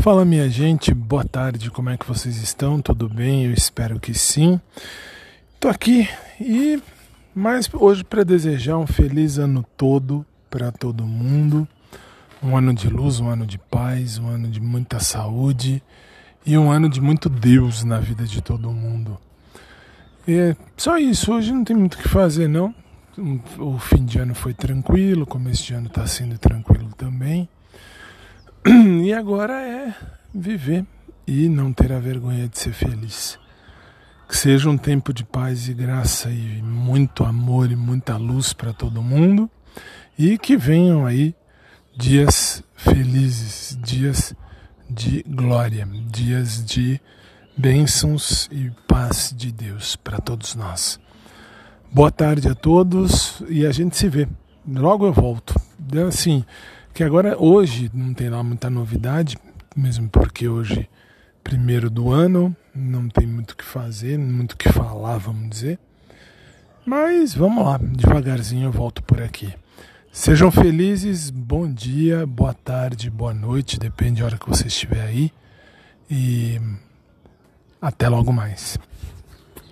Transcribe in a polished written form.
Fala, minha gente, boa tarde, como é que vocês estão? Tudo bem? Eu espero que sim. Tô aqui e mais hoje para desejar um feliz ano todo para todo mundo. Um ano de luz, um ano de paz, um ano de muita saúde e um ano de muito Deus na vida de todo mundo. É só isso, hoje não tem muito o que fazer não. O fim de ano foi tranquilo, o começo de ano está sendo tranquilo também. E agora é viver e não ter a vergonha de ser feliz. Que seja um tempo de paz e graça e muito amor e muita luz para todo mundo. E que venham aí dias felizes, dias de glória, dias de bênçãos e paz de Deus para todos nós. Boa tarde a todos e a gente se vê. Logo eu volto. Assim, que agora hoje não tem lá muita novidade, mesmo porque hoje, primeiro do ano, não tem muito o que fazer, muito o que falar, vamos dizer. Mas vamos lá, devagarzinho eu volto por aqui. Sejam felizes, bom dia, boa tarde, boa noite, depende da hora que você estiver aí. E até logo mais.